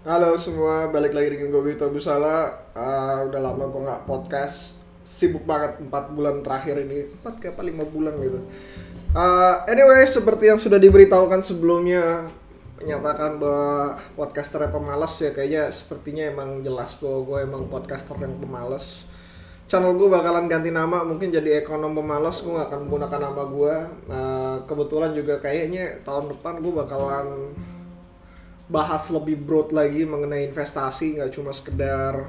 Halo semua, balik lagi dengan gue Vito Busala. Udah lama gue nggak podcast, sibuk banget 4 bulan terakhir ini, 4 ke apa 5 bulan gitu. Anyway, seperti yang sudah diberitahukan sebelumnya, menyatakan bahwa podcaster pemalas ya, kayaknya sepertinya emang jelas bahwa gue emang podcaster yang pemalas. Channel gue bakalan ganti nama, mungkin jadi ekonom pemalas. Gue gak akan menggunakan nama gue. Kebetulan juga kayaknya tahun depan gue bakalan bahas lebih broad lagi mengenai investasi, nggak cuma sekedar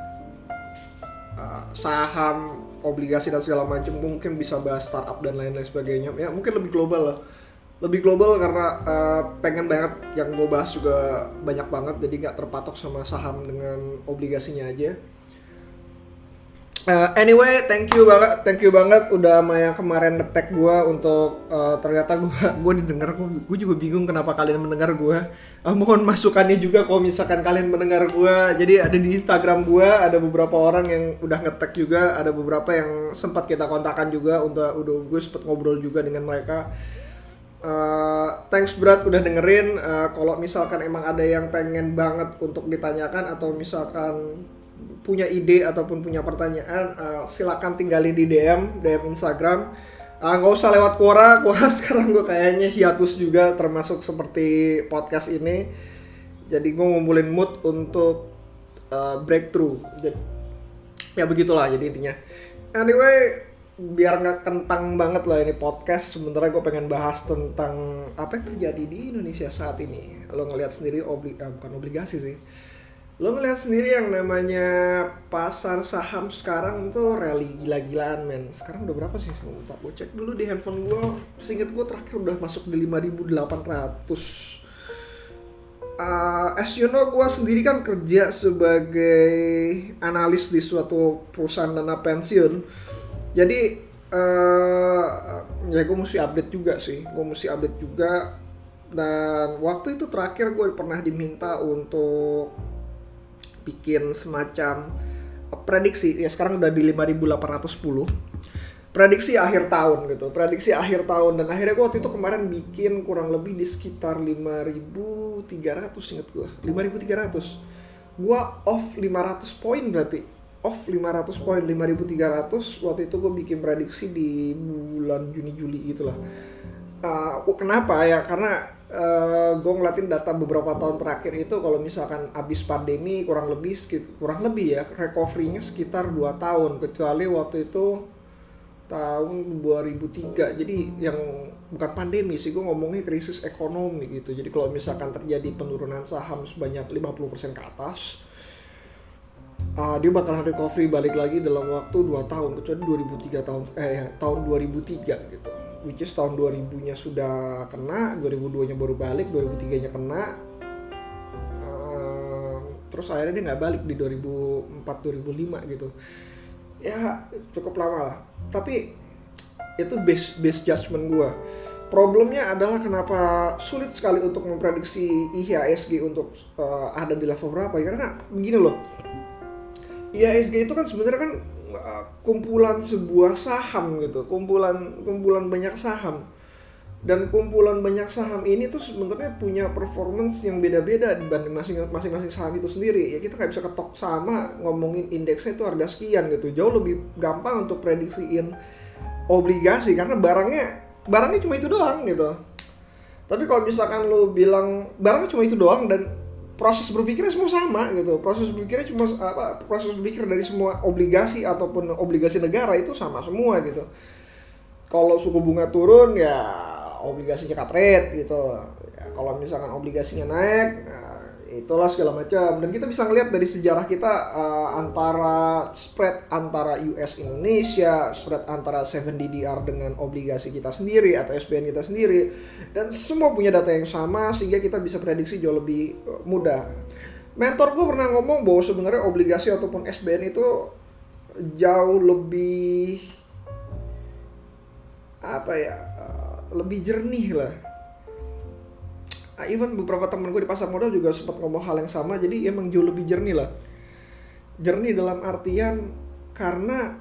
saham, obligasi dan segala macam. Mungkin bisa bahas startup dan lain-lain sebagainya. Ya mungkin lebih global lah. Lebih global karena pengen banget yang gue bahas juga banyak banget, jadi nggak terpatok sama saham dengan obligasinya aja. Anyway, thank you banget udah sama yang kemarin nge-tag gue untuk ternyata gue didengar. Gue juga bingung kenapa kalian mendengar gue. Mohon masukannya juga kalau misalkan kalian mendengar gue. Jadi ada di Instagram gue ada beberapa orang yang udah nge-tag juga, ada beberapa yang sempat kita kontakkan juga, udah gue sempat ngobrol juga dengan mereka. Thanks Brad udah dengerin. Kalau misalkan emang ada yang pengen banget untuk ditanyakan atau misalkan punya ide ataupun punya pertanyaan, silakan tinggalin di DM Instagram. Nggak usah lewat Quora sekarang gue kayaknya hiatus juga, termasuk seperti podcast ini. Jadi gue ngumpulin mood untuk breakthrough. Jadi, ya begitulah jadi intinya. Anyway, biar nggak kentang banget lah ini podcast, sebenarnya gue pengen bahas tentang apa yang terjadi di Indonesia saat ini. Lo ngelihat sendiri bukan obligasi sih. Lo ngeliat sendiri yang namanya pasar saham sekarang tuh rally gila-gilaan men. Sekarang udah berapa sih? Bentar, gue cek dulu di handphone gue. Seinget gue terakhir udah masuk di 5.800. As you know, gue sendiri kan kerja sebagai analis di suatu perusahaan dana pensiun. Jadi ya gue mesti update juga sih. Dan waktu itu terakhir gue pernah diminta untuk bikin semacam prediksi, ya sekarang udah di 5.810, prediksi akhir tahun gitu, dan akhirnya gue waktu itu kemarin bikin kurang lebih di sekitar 5.300, inget gue 5.300, gue off 500 poin, berarti off 500 poin, 5.300. Waktu itu gue bikin prediksi di bulan Juni Juli gitulah. Kenapa ya? Karena gue ngeliatin data beberapa tahun terakhir itu, kalau misalkan abis pandemi kurang lebih ya recovery-nya sekitar 2 tahun, kecuali waktu itu tahun 2003. Jadi yang bukan pandemi sih, gue ngomongnya krisis ekonomi gitu. Jadi kalau misalkan terjadi penurunan saham sebanyak 50% ke atas, dia bakalan recovery balik lagi dalam waktu 2 tahun, kecuali tahun 2003 gitu. Which is tahun 2000-nya sudah kena, 2002-nya baru balik, 2003-nya kena. Terus akhirnya dia nggak balik di 2004-2005 gitu. Ya cukup lama lah. Tapi itu base judgment gue. Problemnya adalah kenapa sulit sekali untuk memprediksi IHSG untuk ada di level berapa ya. Karena begini loh, IHSG itu kan sebenarnya kan kumpulan sebuah saham gitu, kumpulan banyak saham, dan kumpulan banyak saham ini tuh sebenarnya punya performance yang beda-beda dibanding masing-masing saham itu sendiri. Ya kita nggak bisa ketok sama ngomongin indeksnya itu harga sekian gitu. Jauh lebih gampang untuk prediksiin obligasi karena barangnya cuma itu doang gitu. Tapi kalau misalkan lo bilang barangnya cuma itu doang dan proses berpikirnya semua sama gitu, proses berpikir dari semua obligasi ataupun obligasi negara itu sama semua gitu. Kalau suku bunga turun ya obligasinya cut rate gitu ya, kalau misalkan obligasinya naik itulah segala macam. Dan kita bisa ngelihat dari sejarah kita, antara spread antara US Indonesia, spread antara 7DDR dengan obligasi kita sendiri atau SBN kita sendiri, dan semua punya data yang sama sehingga kita bisa prediksi jauh lebih mudah. Mentor gue pernah ngomong bahwa sebenarnya obligasi ataupun SBN itu jauh lebih lebih jernih lah. Even beberapa temen gue di pasar modal juga sempat ngomong hal yang sama. Jadi emang jauh lebih jernih lah. Jernih dalam artian karena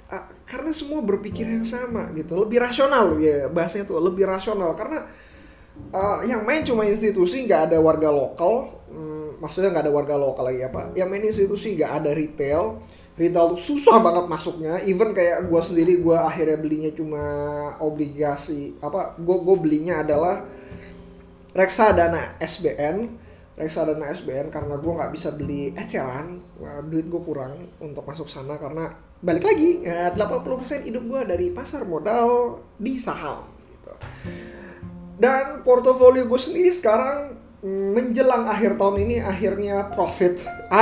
karena semua berpikir yang sama gitu, lebih rasional ya bahasanya tuh, lebih rasional. Karena Yang main cuma institusi, nggak ada warga lokal. Maksudnya nggak ada warga lokal lagi apa? Yang main institusi, nggak ada retail. Retail tuh susah banget masuknya. Even kayak gue sendiri, gue akhirnya belinya cuma obligasi. Gue belinya adalah reksadana SBN. Reksadana SBN karena gue nggak bisa beli eceran. Duit gue kurang untuk masuk sana karena balik lagi 80% hidup gue dari pasar modal di saham gitu. Dan portofolio gue sendiri sekarang menjelang akhir tahun ini akhirnya profit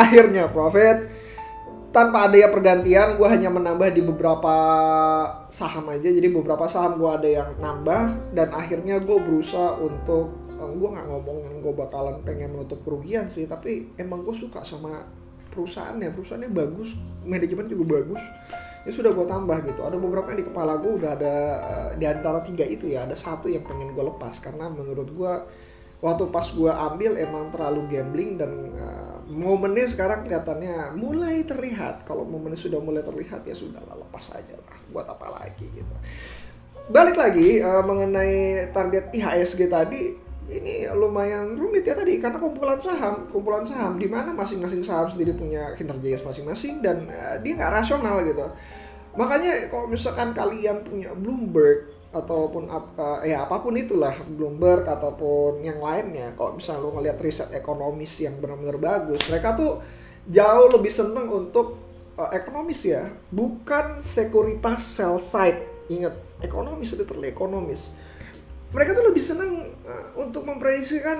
tanpa ada ya pergantian. Gue hanya menambah di beberapa saham aja, jadi beberapa saham gue ada yang nambah dan akhirnya gue berusaha untuk gue nggak ngomongin gue bakalan pengen menutup kerugian sih, tapi emang gue suka sama perusahaannya bagus, manajemen juga bagus, ya sudah gue tambah gitu. Ada beberapa yang di kepala gue udah ada, di antara 3 itu ya ada 1 yang pengen gue lepas karena menurut gue waktu pas gue ambil emang terlalu gambling dan momennya sekarang kelihatannya mulai terlihat. Kalau momennya sudah mulai terlihat ya sudah lah, lepas aja lah, buat apa lagi gitu. Balik lagi mengenai target IHSG tadi, ini lumayan rumit ya tadi karena kumpulan saham di mana masing-masing saham sendiri punya kinerja masing-masing dan dia nggak rasional gitu. Makanya kalau misalkan kalian punya Bloomberg ataupun apapun itulah, Bloomberg ataupun yang lainnya, kalau misalnya lo ngelihat riset ekonomis yang benar-benar bagus, mereka tuh jauh lebih seneng untuk ekonomis ya, bukan sekuritas sell side. Ingat, ekonomis, literally ekonomis. Mereka tuh lebih senang untuk memprediksikan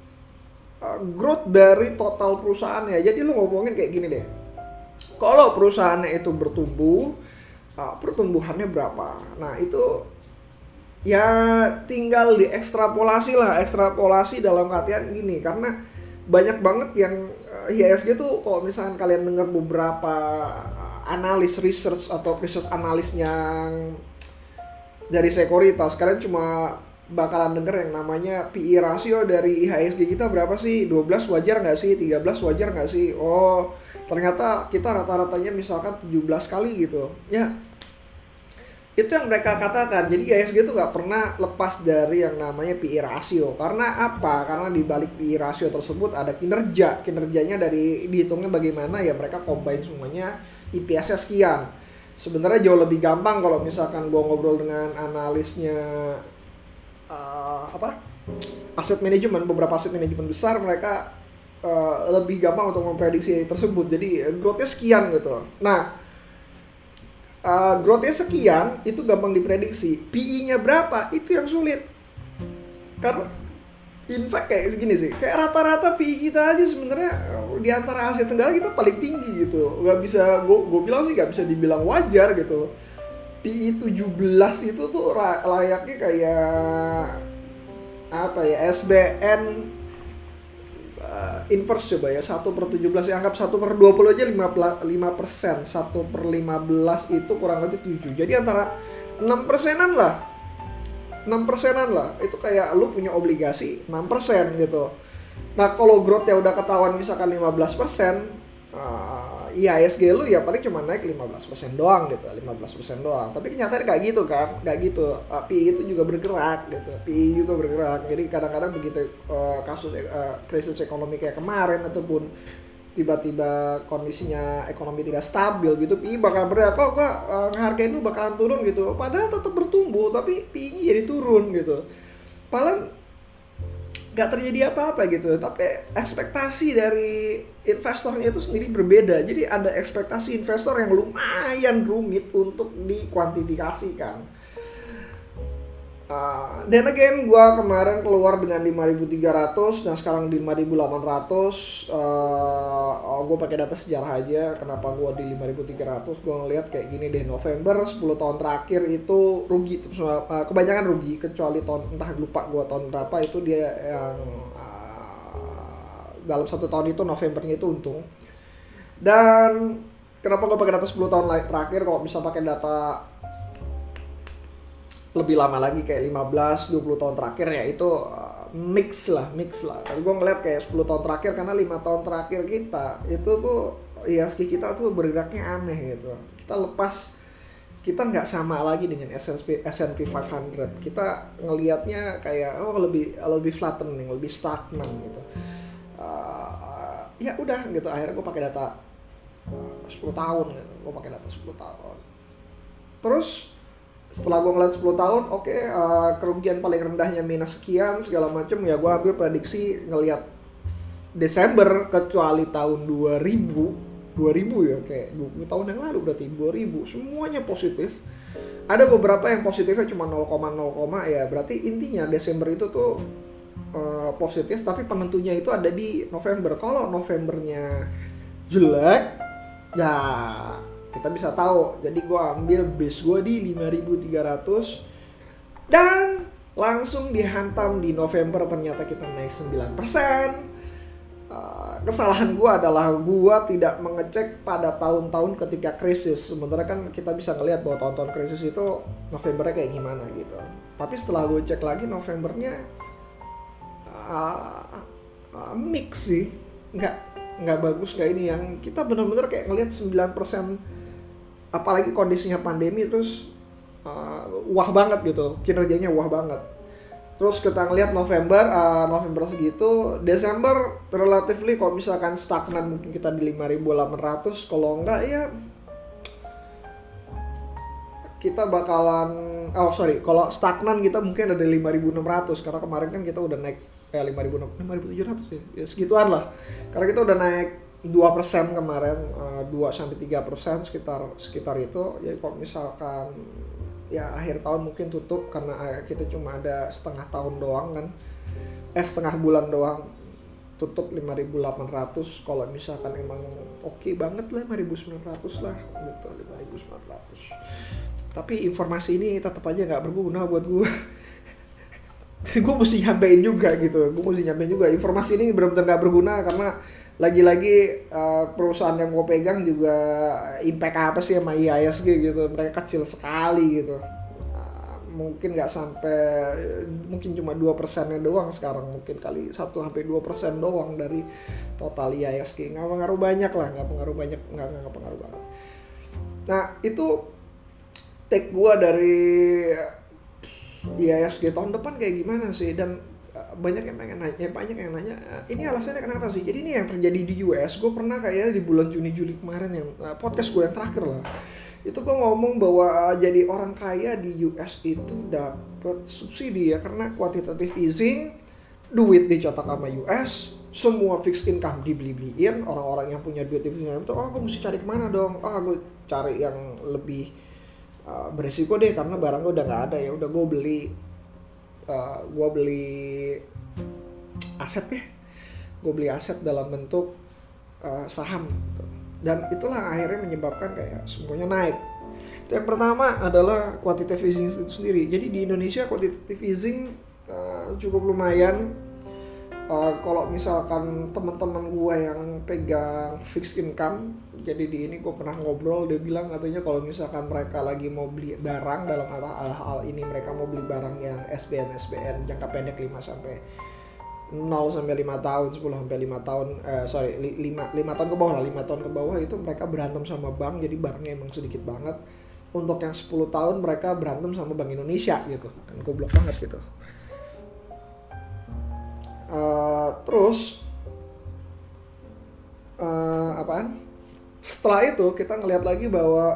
growth dari total perusahaannya. Jadi lu ngomongin kayak gini deh. Kalau perusahaannya itu bertumbuh, pertumbuhannya berapa? Nah itu ya tinggal diekstrapolasi lah. Ekstrapolasi dalam artian gini, karena banyak banget yang IHSG tuh kalau misalkan kalian dengar beberapa analis research atau research analis yang dari sekuritas, kalian cuma bakalan denger yang namanya PE rasio dari IHSG kita berapa sih? 12 wajar nggak sih? 13 wajar nggak sih? Oh, ternyata kita rata-ratanya misalkan 17 kali gitu. Ya, itu yang mereka katakan. Jadi IHSG itu nggak pernah lepas dari yang namanya PE rasio. Karena apa? Karena di balik PE rasio tersebut ada kinerja. Kinerjanya dari dihitungnya bagaimana ya, mereka combine semuanya IPS-nya sekian. Sebenarnya jauh lebih gampang kalau misalkan gue ngobrol dengan analisnya aset manajemen, beberapa aset manajemen besar, mereka lebih gampang untuk memprediksi tersebut. Jadi growth-nya sekian gitu. Nah, growth-nya sekian itu gampang diprediksi. PE-nya berapa itu yang sulit. Karena in fact kayak segini sih, kayak rata-rata PE kita aja sebenarnya di antara Asia Tenggara kita paling tinggi gitu. Gak bisa, gue bilang sih gak bisa dibilang wajar gitu. PE 17 itu tuh layaknya kayak apa ya, SBN inverse coba ya, 1/17 ya, anggap 1/20 aja 5%, 1/15 itu kurang lebih 7, jadi antara 6%-an lah, itu kayak lu punya obligasi 6% gitu. Nah kalau growth-nya udah ketahuan misalkan 15%, IHSG lu ya paling cuma naik 15% doang gitu, 15% doang. Tapi kenyataannya kayak gitu kan, nggak gitu. PE itu juga bergerak gitu, PE juga bergerak. Jadi kadang-kadang begitu kasus krisis ekonomi kayak kemarin ataupun tiba-tiba kondisinya ekonomi tidak stabil gitu, PE bakal bergerak. Kok gua ngehargain lu bakalan turun gitu, padahal tetap bertumbuh tapi PE-nya jadi turun gitu. Padahal nggak terjadi apa-apa gitu, tapi ekspektasi dari investornya itu sendiri berbeda. Jadi ada ekspektasi investor yang lumayan rumit untuk dikuantifikasikan. Dan again, gue kemarin keluar dengan 5.300 dan sekarang di 5.800. Gue pakai data sejarah aja. Kenapa gue di 5.300? Gue ngeliat kayak gini deh, November 10 tahun terakhir itu rugi, kebanyakan rugi, kecuali tahun entah lupa gue tahun berapa itu dia yang dalam 1 tahun itu Novembernya itu untung. Dan kenapa gue pakai data 10 tahun terakhir? Kalau bisa pakai data lebih lama lagi kayak 15-20 tahun terakhir ya itu mix lah. Tapi gue ngeliat kayak 10 tahun terakhir karena 5 tahun terakhir kita itu tuh IHSG kita tuh bergeraknya aneh gitu. Kita lepas kita nggak sama lagi dengan S&P 500. Kita ngelihatnya kayak lebih flattening, lebih stagnan gitu. Ya udah gitu, akhirnya gue pakai data 10 tahun gitu. Gue pakai data 10 tahun. Terus setelah gue ngeliat 10 tahun, kerugian paling rendahnya minus sekian segala macam, ya gue ambil prediksi ngelihat Desember, kecuali tahun 2000 ya, kayak 20 tahun yang lalu berarti 2000 semuanya positif. Ada beberapa yang positifnya cuma 0,0, ya berarti intinya Desember itu tuh positif, tapi penentunya itu ada di November. Kalau Novembernya jelek, ya kita bisa tahu. Jadi gue ambil base gue di 5.300 dan langsung dihantam di November, ternyata kita naik 9%. Kesalahan gue adalah gue tidak mengecek pada tahun-tahun ketika krisis. Sementara kan kita bisa ngelihat bahwa tahun-tahun krisis itu Novembernya kayak gimana gitu. Tapi setelah gue cek lagi, Novembernya mix sih, nggak bagus kayak ini. Yang kita benar-benar kayak ngelihat 9%, apalagi kondisinya pandemi, terus wah banget gitu, kinerjanya wah banget. Terus kita ngelihat November segitu, Desember relatively kalau misalkan stagnan mungkin kita di 5.800, kalau enggak ya kita bakalan kalau stagnan kita mungkin ada 5.600, karena kemarin kan kita udah naik 5.700 ya segituan lah, karena kita udah naik 2% kemarin, 2-3% sekitar itu. Jadi kalau misalkan ya akhir tahun mungkin tutup, karena kita cuma ada setengah bulan doang, tutup 5.800. Kalau misalkan emang oke banget lah 5.900 lah gitu, 5.900. Tapi informasi ini tetap aja nggak berguna buat gue. Gue mesti nyampein juga informasi ini benar-benar nggak berguna, karena lagi-lagi perusahaan yang gue pegang juga impact apa sih sama IISG gitu, mereka kecil sekali gitu. Mungkin nggak sampai, mungkin cuma 2%-nya doang sekarang, mungkin kali 1-2% doang dari total IISG. Nggak pengaruh banget. Nah itu take gue dari IISG tahun depan kayak gimana sih. Dan banyak yang nanya, ini alasannya kenapa sih? Jadi ini yang terjadi di US. Gue pernah kayaknya di bulan Juni-Juli kemarin, yang podcast gue yang terakhir lah, itu gue ngomong bahwa jadi orang kaya di US itu dapat subsidi ya, karena quantitative easing, duit dicetak sama US, semua fixed income dibeli-beliin. Orang-orang yang punya duit di fixed income itu, gue mesti cari kemana dong? Gue cari yang lebih beresiko deh, karena barang gue udah nggak ada. Ya udah gue beli aset ya, gue beli aset dalam bentuk saham gitu. Dan itulah akhirnya menyebabkan kayak semuanya naik. Yang pertama adalah quantitative easing itu sendiri. Jadi di Indonesia quantitative easing cukup lumayan. Kalau misalkan teman-teman gue yang pegang fixed income, jadi di ini gue pernah ngobrol, dia bilang katanya kalau misalkan mereka lagi mau beli barang, dalam hal ini mereka mau beli barang yang SBN jangka pendek 5 sampai 5 tahun, 10 sampai 5 tahun, 5 tahun ke bawah lah, 5 tahun ke bawah itu mereka berantem sama bank, jadi barangnya emang sedikit banget. Untuk yang 10 tahun mereka berantem sama Bank Indonesia gitu, kan goblok banget gitu. Setelah itu kita ngelihat lagi bahwa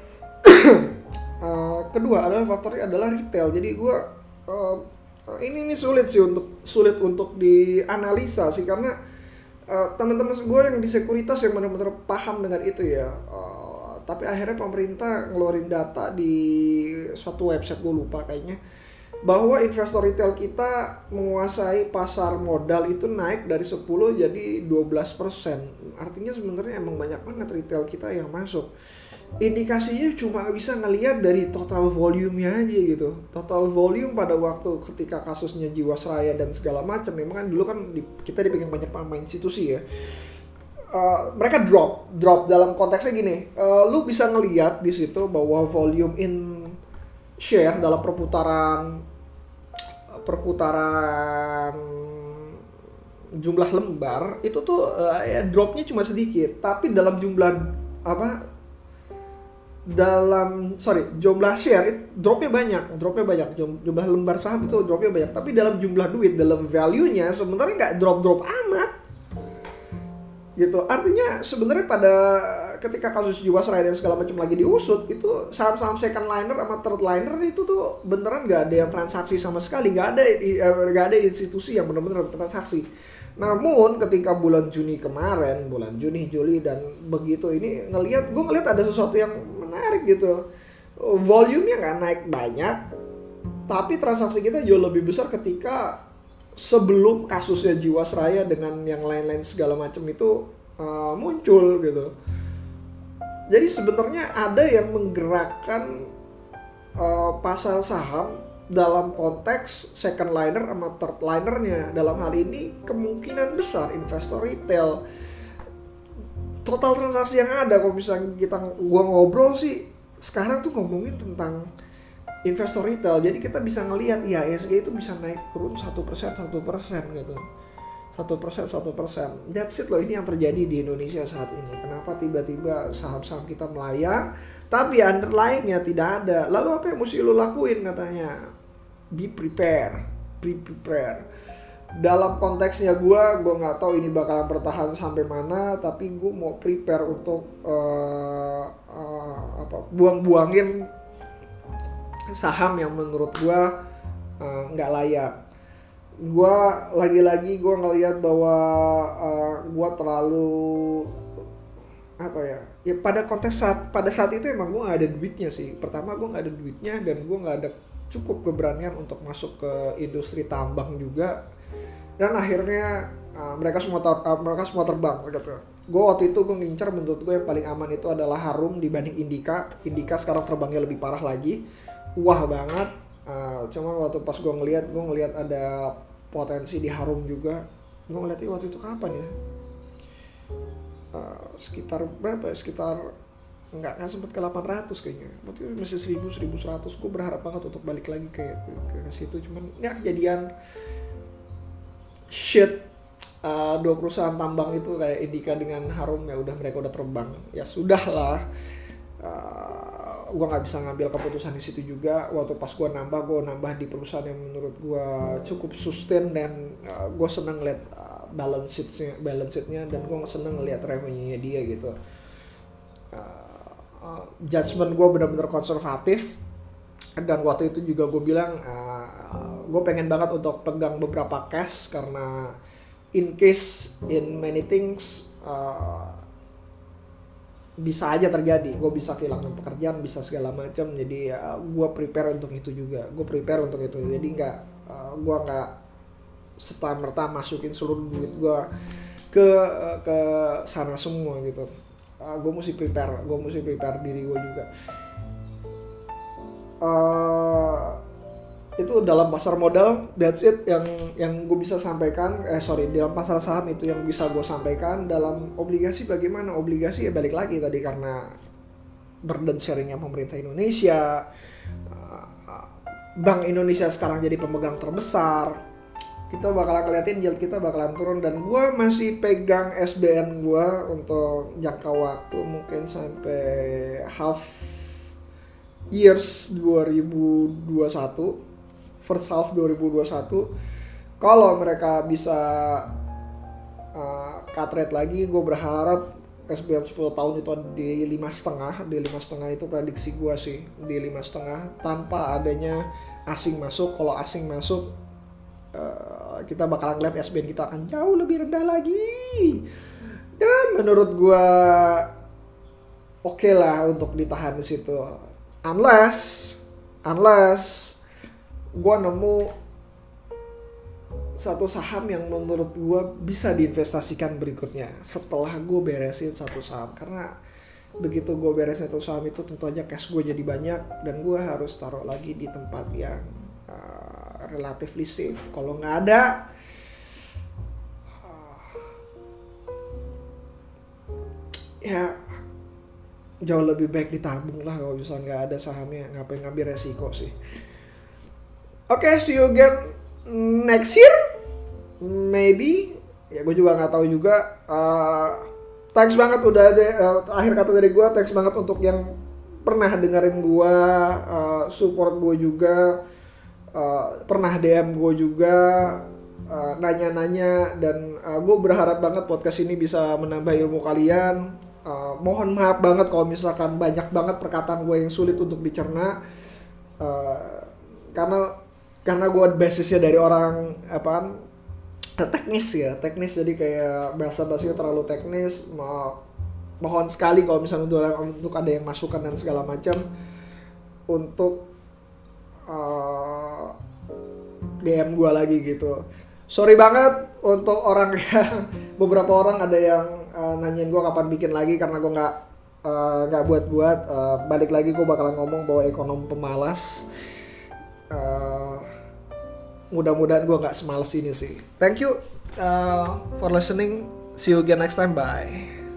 kedua adalah faktornya adalah retail. Jadi gue ini sulit untuk dianalisa sih, karena teman-teman gue yang di sekuritas yang benar-benar paham dengan itu ya. Tapi akhirnya pemerintah ngeluarin data di suatu website, gue lupa kayaknya, bahwa investor retail kita menguasai pasar modal itu naik dari 10 jadi 12%. Artinya sebenarnya emang banyak banget retail kita yang masuk. Indikasinya cuma bisa ngelihat dari total volume-nya aja gitu. Total volume pada waktu ketika kasusnya Jiwasraya dan segala macam, memang kan dulu kan kita dipegang banyak pemain institusi ya. Mereka drop dalam konteksnya gini. Lu bisa ngelihat di situ bahwa volume in share dalam perputaran jumlah lembar itu tuh dropnya cuma sedikit, tapi dalam jumlah jumlah share dropnya banyak, jumlah lembar saham itu dropnya banyak, tapi dalam jumlah duit, dalam value-nya sebenarnya nggak drop amat gitu. Artinya sebenarnya pada ketika kasus Jiwasraya dan segala macam lagi diusut, itu saham-saham second liner sama third liner itu tuh beneran nggak ada yang transaksi sama sekali, nggak ada institusi yang benar-benar transaksi. Namun ketika bulan Juni kemarin, bulan Juni, Juli dan begitu ini gue ngelihat ada sesuatu yang menarik gitu. Volume-nya nggak naik banyak, tapi transaksi kita jauh lebih besar ketika sebelum kasusnya Jiwasraya dengan yang lain-lain segala macam itu muncul gitu. Jadi sebenarnya ada yang menggerakkan pasar saham dalam konteks second liner sama third linernya. Dalam hal ini kemungkinan besar investor retail. Total transaksi yang ada kalau misalnya gua ngobrol sih sekarang tuh ngomongin tentang investor retail. Jadi kita bisa ngelihat IHSG itu bisa naik turun 1% gitu. 1%. That's it loh, ini yang terjadi di Indonesia saat ini. Kenapa tiba-tiba saham-saham kita melayang tapi underlying-nya tidak ada. Lalu apa yang mesti lo lakuin katanya? Be prepare. Dalam konteksnya gue nggak tahu ini bakalan bertahan sampai mana, tapi gue mau prepare untuk buang-buangin saham yang menurut gue nggak layak. Gue lagi-lagi gue ngelihat bahwa gue terlalu pada saat itu emang gue nggak ada duitnya sih. Pertama gue nggak ada duitnya dan gue nggak ada cukup keberanian untuk masuk ke industri tambang juga, dan akhirnya mereka semua terbang gitu. Gue waktu itu gue ngincer, menurut gue yang paling aman itu adalah Harum dibanding Indika sekarang terbangnya lebih parah lagi, wah banget. Cuman waktu pas gue ngeliat ada potensi di Harum juga. Gue ngeliatnya waktu itu kapan ya, sekitar berapa ya, sekitar nggak sempet ke 800 kayaknya, waktu itu masih 1100. Gue berharap banget untuk balik lagi ke situ, cuman nggak kejadian. Dua perusahaan tambang itu kayak Indika dengan Harum ya udah, mereka udah terbang, ya sudah lah. Gue nggak bisa ngambil keputusan di situ juga. Waktu pas gue nambah di perusahaan yang menurut gue cukup sustain, dan gue seneng lihat balance sheet-nya, dan gue seneng lihat revenue-nya dia gitu. Judgement gue benar-benar konservatif, dan waktu itu juga gue bilang gue pengen banget untuk pegang beberapa cash, karena in case in many things bisa aja terjadi, gue bisa kehilangan pekerjaan, bisa segala macam. Jadi gue prepare untuk itu juga, jadi gue nggak serta-merta masukin seluruh duit gue ke sana semua gitu. Gue mesti prepare diri gue juga. Itu dalam pasar modal, that's it yang gue bisa sampaikan. Dalam pasar saham itu yang bisa gue sampaikan. Dalam obligasi bagaimana? Obligasi ya balik lagi tadi, karena burden sharingnya pemerintah Indonesia, Bank Indonesia sekarang jadi pemegang terbesar, kita bakalan ngeliatin yield kita bakalan turun. Dan gue masih pegang SBN gue untuk jangka waktu mungkin sampai half years 2021, first half 2021. Kalau mereka bisa cut rate lagi, gue berharap SBN 10 tahun itu di 5,5. Di 5,5 itu prediksi gue sih, di 5,5 tanpa adanya asing masuk. Kalau asing masuk, kita bakalan ngeliat SBN kita akan jauh lebih rendah lagi. Dan menurut gue oke lah untuk ditahan di situ. Unless gue nemu satu saham yang menurut gue bisa diinvestasikan berikutnya setelah gue beresin satu saham. Karena begitu gue beresin satu saham itu tentu aja cash gue jadi banyak, dan gue harus taruh lagi di tempat yang relatively safe. Kalau nggak ada, ya jauh lebih baik ditabung lah. Kalau misalnya nggak ada sahamnya, ngapain ngambil resiko sih. Oke, see you again next year, maybe. Ya gue juga nggak tahu juga. Thanks banget udah ada akhir kata dari gue. Thanks banget untuk yang pernah dengerin gue, support gue juga, pernah DM gue juga, nanya-nanya, dan gue berharap banget podcast ini bisa menambah ilmu kalian. Mohon maaf banget kalau misalkan banyak banget perkataan gue yang sulit untuk dicerna, karena gue basisnya dari orang teknis, jadi kayak bahasa-bahasanya terlalu teknis. Mohon sekali kalau misalnya untuk ada yang masukan dan segala macam untuk DM gue lagi gitu. Sorry banget untuk orang yang beberapa orang ada yang nanyain gue kapan bikin lagi, karena gue nggak buat. Balik lagi gue bakalan ngomong bahwa ekonomi pemalas. Mudah-mudahan gue nggak semales ini sih. Thank you for listening. See you again next time. Bye.